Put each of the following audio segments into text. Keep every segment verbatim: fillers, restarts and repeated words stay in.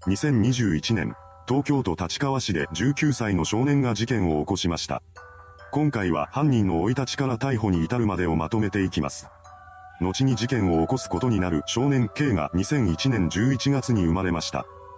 にせんにじゅういちねん、東京都立川市でじゅうきゅうさいの少年が事件を起こしました。今回は犯人の生い立ちから逮捕に至るまでをまとめていきます。後に事件を起こすことになる少年 K がにせんいちねんじゅういちがつに生まれました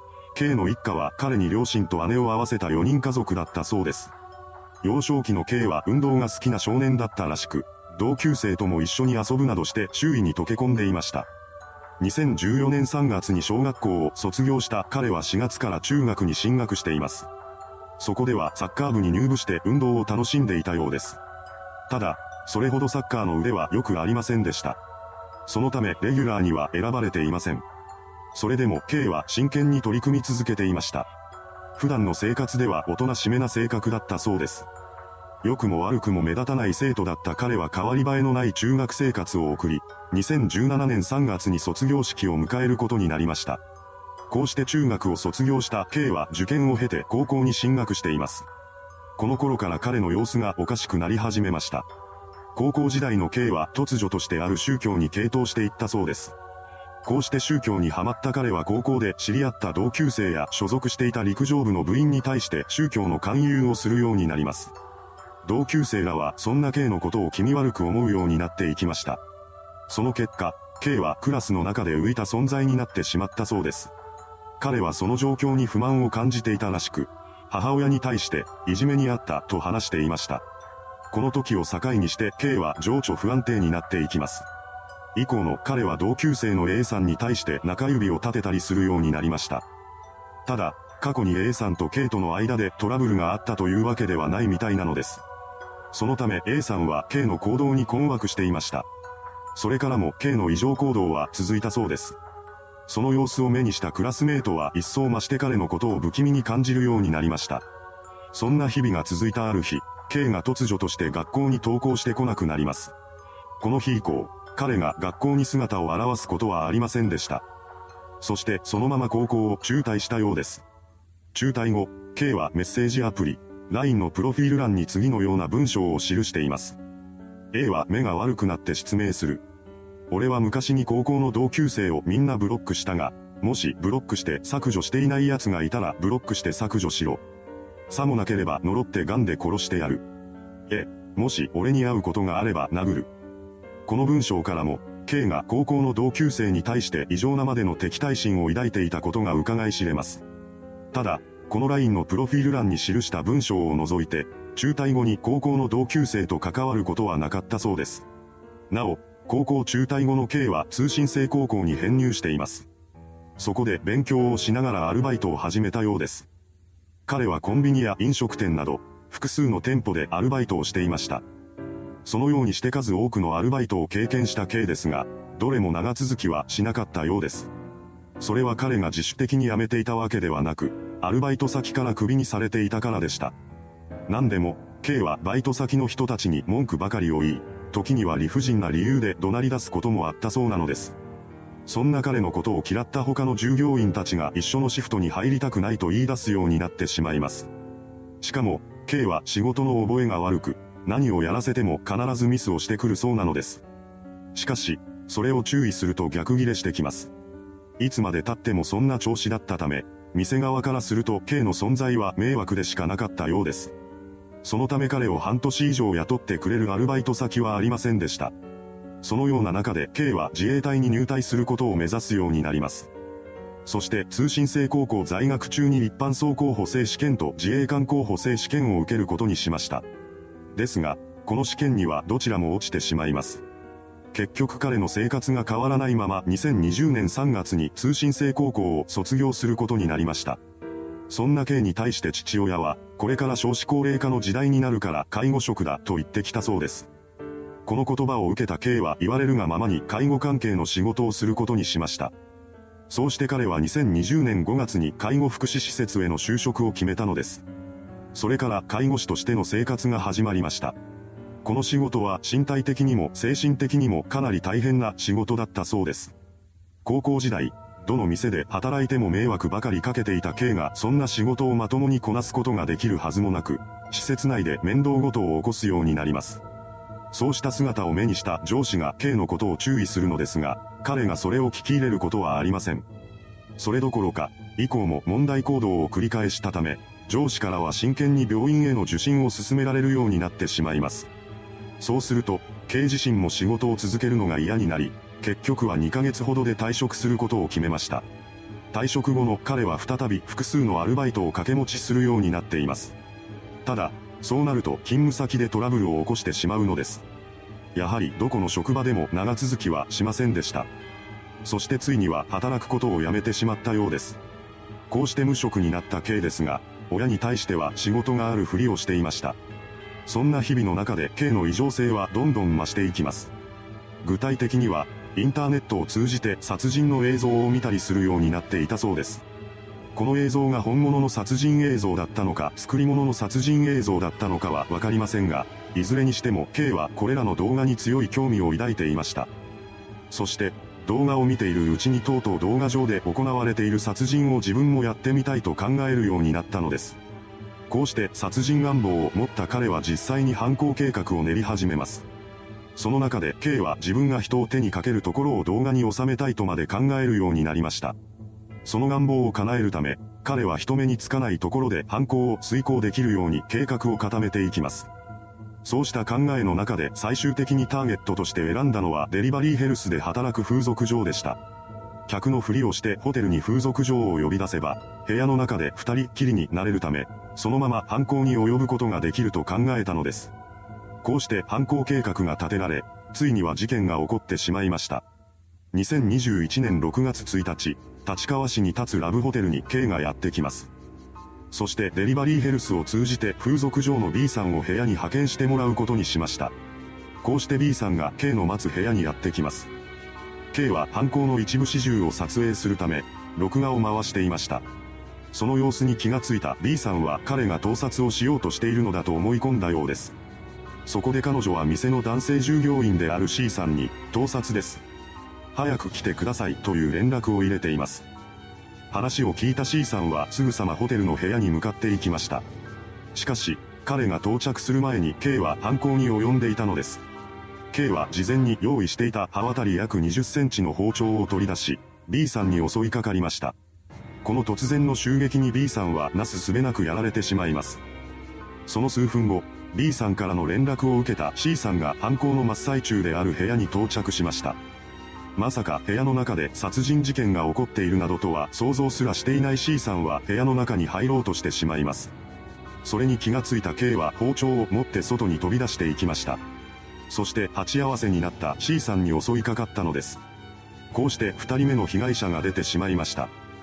。K の一家は彼に両親と姉を合わせたよにん家族だったそうです。幼少期の K は運動が好きな少年だったらしく、同級生とも一緒に遊ぶなどして周囲に溶け込んでいました。にせんじゅうよねんさんがつに小学校を卒業した彼はしがつから中学に進学しています。そこではサッカー部に入部して運動を楽しんでいたようです。ただ、それほどサッカーの腕はよくありませんでした。そのためレギュラーには選ばれていません。それでも K は真剣に取り組み続けていました。普段の生活ではおとなしめな性格だったそうです。良くも悪くも目立たない生徒だった彼は変わり映えのない中学生活を送り、にせんじゅうななねんさんがつに卒業式を迎えることになりました。こうして中学を卒業した K は受験を経て高校に進学しています。この頃から彼の様子がおかしくなり始めました。高校時代の K は突如としてある宗教に傾倒していったそうです。こうして宗教にはまった彼は高校で知り合った同級生や所属していた陸上部の部員に対して宗教の勧誘をするようになります。同級生らはそんな K のことを気味悪く思うようになっていきました。その結果、K はクラスの中で浮いた存在になってしまったそうです。彼はその状況に不満を感じていたらしく、母親に対していじめにあったと話していました。この時を境にして K は情緒不安定になっていきます。以降の彼は同級生の A さんに対して中指を立てたりするようになりました。ただ、過去に A さんと K との間でトラブルがあったというわけではないみたいなのです。そのため A さんは K の行動に困惑していました。それからも K の異常行動は続いたそうです。その様子を目にしたクラスメートは一層増して彼のことを不気味に感じるようになりました。そんな日々が続いたある日、K が突如として学校に登校してこなくなります。この日以降、彼が学校に姿を現すことはありませんでした。そしてそのまま高校を中退したようです。中退後、K はメッセージアプリ、ライン のプロフィール欄に次のような文章を記しています。A は目が悪くなって失明する。俺は昔に高校の同級生をみんなブロックしたが、もしブロックして削除していない奴がいたらブロックして削除しろ。さもなければ呪ってガンで殺してやる。え、もし俺に会うことがあれば殴る。この文章からも、K が高校の同級生に対して異常なまでの敵対心を抱いていたことが伺い知れます。ただ、この ライン のプロフィール欄に記した文章を除いて、中退後に高校の同級生と関わることはなかったそうです。なお、高校中退後の K は通信制高校に編入しています。そこで勉強をしながらアルバイトを始めたようです。彼はコンビニや飲食店など、複数の店舗でアルバイトをしていました。そのようにして数多くのアルバイトを経験した K ですが、どれも長続きはしなかったようです。それは彼が自主的に辞めていたわけではなく、アルバイト先からクビにされていたからでした。何でも、K はバイト先の人たちに文句ばかりを言い、時には理不尽な理由で怒鳴り出すこともあったそうなのです。そんな彼のことを嫌った他の従業員たちが一緒のシフトに入りたくないと言い出すようになってしまいます。しかも、K は仕事の覚えが悪く、何をやらせても必ずミスをしてくるそうなのです。しかし、それを注意すると逆ギレしてきます。いつまで経ってもそんな調子だったため、店側からすると K の存在は迷惑でしかなかったようです。そのため彼を半年以上雇ってくれるアルバイト先はありませんでした。そのような中で K は自衛隊に入隊することを目指すようになります。そして通信制高校在学中に一般総候補生試験と自衛官候補生試験を受けることにしました。ですが、この試験にはどちらも落ちてしまいます。結局彼の生活が変わらないままにせんにじゅうねんさんがつに通信制高校を卒業することになりました。そんな K に対して父親は、これから少子高齢化の時代になるから介護職だと言ってきたそうです。この言葉を受けた K は言われるがままに介護関係の仕事をすることにしました。そうして彼はにせんにじゅうねんごがつに介護福祉施設への就職を決めたのです。それから介護士としての生活が始まりました。この仕事は身体的にも精神的にもかなり大変な仕事だったそうです。高校時代、どの店で働いても迷惑ばかりかけていた K がそんな仕事をまともにこなすことができるはずもなく、施設内で面倒事を起こすようになります。そうした姿を目にした上司が K のことを注意するのですが、彼がそれを聞き入れることはありません。 それどころか、以降も問題行動を繰り返したため、上司からは真剣に病院への受診を勧められるようになってしまいます。そうすると、K自身も仕事を続けるのが嫌になり、結局はにかげつほどで退職することを決めました。退職後の彼は再び複数のアルバイトを掛け持ちするようになっています。ただ、そうなると勤務先でトラブルを起こしてしまうのです。やはりどこの職場でも長続きはしませんでした。そしてついには働くことをやめてしまったようです。こうして無職になった K ですが、親に対しては仕事があるふりをしていました。そんな日々の中で K の異常性はどんどん増していきます。具体的には、インターネットを通じて殺人の映像を見たりするようになっていたそうです。この映像が本物の殺人映像だったのか作り物の殺人映像だったのかはわかりませんが、いずれにしても K はこれらの動画に強い興味を抱いていました。そして、動画を見ているうちにとうとう動画上で行われている殺人を自分もやってみたいと考えるようになったのです。こうして殺人願望を持った彼は実際に犯行計画を練り始めます。その中で K は自分が人を手にかけるところを動画に収めたいとまで考えるようになりました。その願望を叶えるため、彼は人目につかないところで犯行を遂行できるように計画を固めていきます。そうした考えの中で最終的にターゲットとして選んだのはデリバリーヘルスで働く風俗嬢でした。客のふりをしてホテルに風俗嬢を呼び出せば、部屋の中で二人っきりになれるため、そのまま犯行に及ぶことができると考えたのです。こうして犯行計画が立てられ、ついには事件が起こってしまいました。にせんにじゅういちねんろくがつついたち、立川市に立つラブホテルに K がやってきます。そしてデリバリーヘルスを通じて風俗嬢の B さんを部屋に派遣してもらうことにしました。こうして B さんが K の待つ部屋にやってきます。K は犯行の一部始終を撮影するため、録画を回していました。その様子に気がついた B さんは彼が盗撮をしようとしているのだと思い込んだようです。そこで彼女は店の男性従業員である C さんに、盗撮です。早く来てくださいという連絡を入れています。話を聞いた C さんはすぐさまホテルの部屋に向かっていきました。しかし、彼が到着する前に K は犯行に及んでいたのです。K は事前に用意していた刃渡り約にじゅっセンチの包丁を取り出し、B さんに襲いかかりました。この突然の襲撃に B さんはなすすべなくやられてしまいます。その数分後、B さんからの連絡を受けた C さんが犯行の真っ最中である部屋に到着しました。まさか部屋の中で殺人事件が起こっているなどとは想像すらしていない C さんは部屋の中に入ろうとしてしまいます。それに気がついた K は包丁を持って外に飛び出していきました。そして鉢合わせになった C さんに襲いかかったのです。こうしてふたりめの被害者が出てしまいました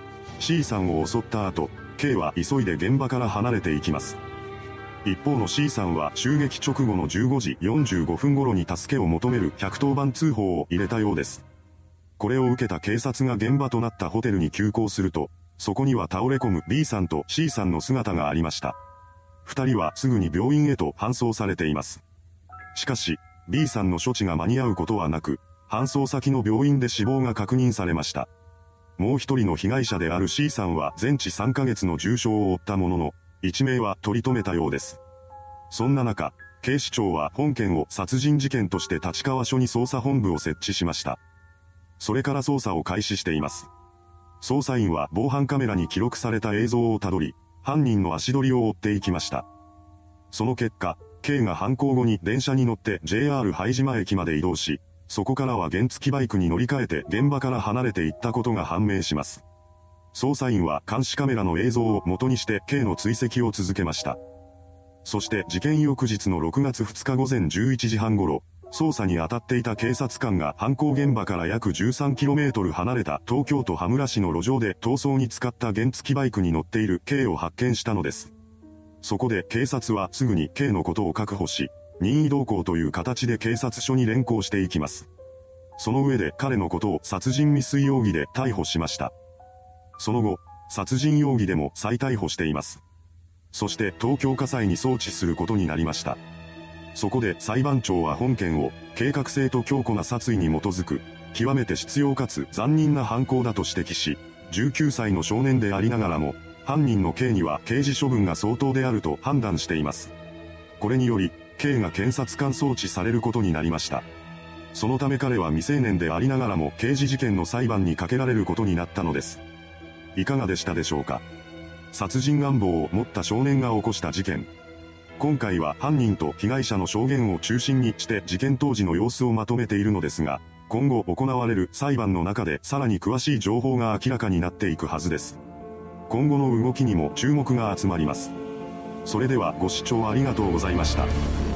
。C さんを襲った後、K は急いで現場から離れていきます。一方の C さんは襲撃直後のじゅうごじよんじゅうごふん頃に助けを求めるひゃくとおばん通報を入れたようです。これを受けた警察が現場となったホテルに急行すると、そこには倒れ込む B さんと C さんの姿がありました。二人はすぐに病院へと搬送されています。しかし、B さんの処置が間に合うことはなく、搬送先の病院で死亡が確認されました。もう一人の被害者である C さんは全治さんかげつの重傷を負ったものの、一命は取り留めたようです。そんな中、警視庁は本件を殺人事件として立川署に捜査本部を設置しました。それから捜査を開始しています。捜査員は防犯カメラに記録された映像をたどり、犯人の足取りを追っていきました。その結果、K が犯行後に電車に乗って ジェイアール 拝島駅まで移動し、そこからは原付バイクに乗り換えて現場から離れていったことが判明します。捜査員は監視カメラの映像を元にして K の追跡を続けました。そして事件翌日のろくがつふつかごぜんじゅういちじはん頃、捜査に当たっていた警察官が犯行現場から約 じゅうさんキロメートル 離れた東京都羽村市の路上で逃走に使った原付バイクに乗っている K を発見したのです。そこで警察はすぐに K のことを確保し、任意同行という形で警察署に連行していきます。その上で彼のことを殺人未遂容疑で逮捕しました。その後、殺人容疑でも再逮捕しています。そして東京家裁に送致することになりました。そこで裁判長は本件を計画性と強固な殺意に基づく極めて執拗かつ残忍な犯行だと指摘し、じゅうきゅうさいの少年でありながらも犯人の K には刑事処分が相当であると判断しています。これにより K が検察官送致されることになりました。そのため彼は未成年でありながらも刑事事件の裁判にかけられることになったのです。 いかがでしたでしょうか。殺人願望を持った少年が起こした事件。今回は犯人と被害者の証言を中心にして事件当時の様子をまとめているのですが、今後行われる裁判の中でさらに詳しい情報が明らかになっていくはずです。今後の動きにも注目が集まります。それではご視聴ありがとうございました。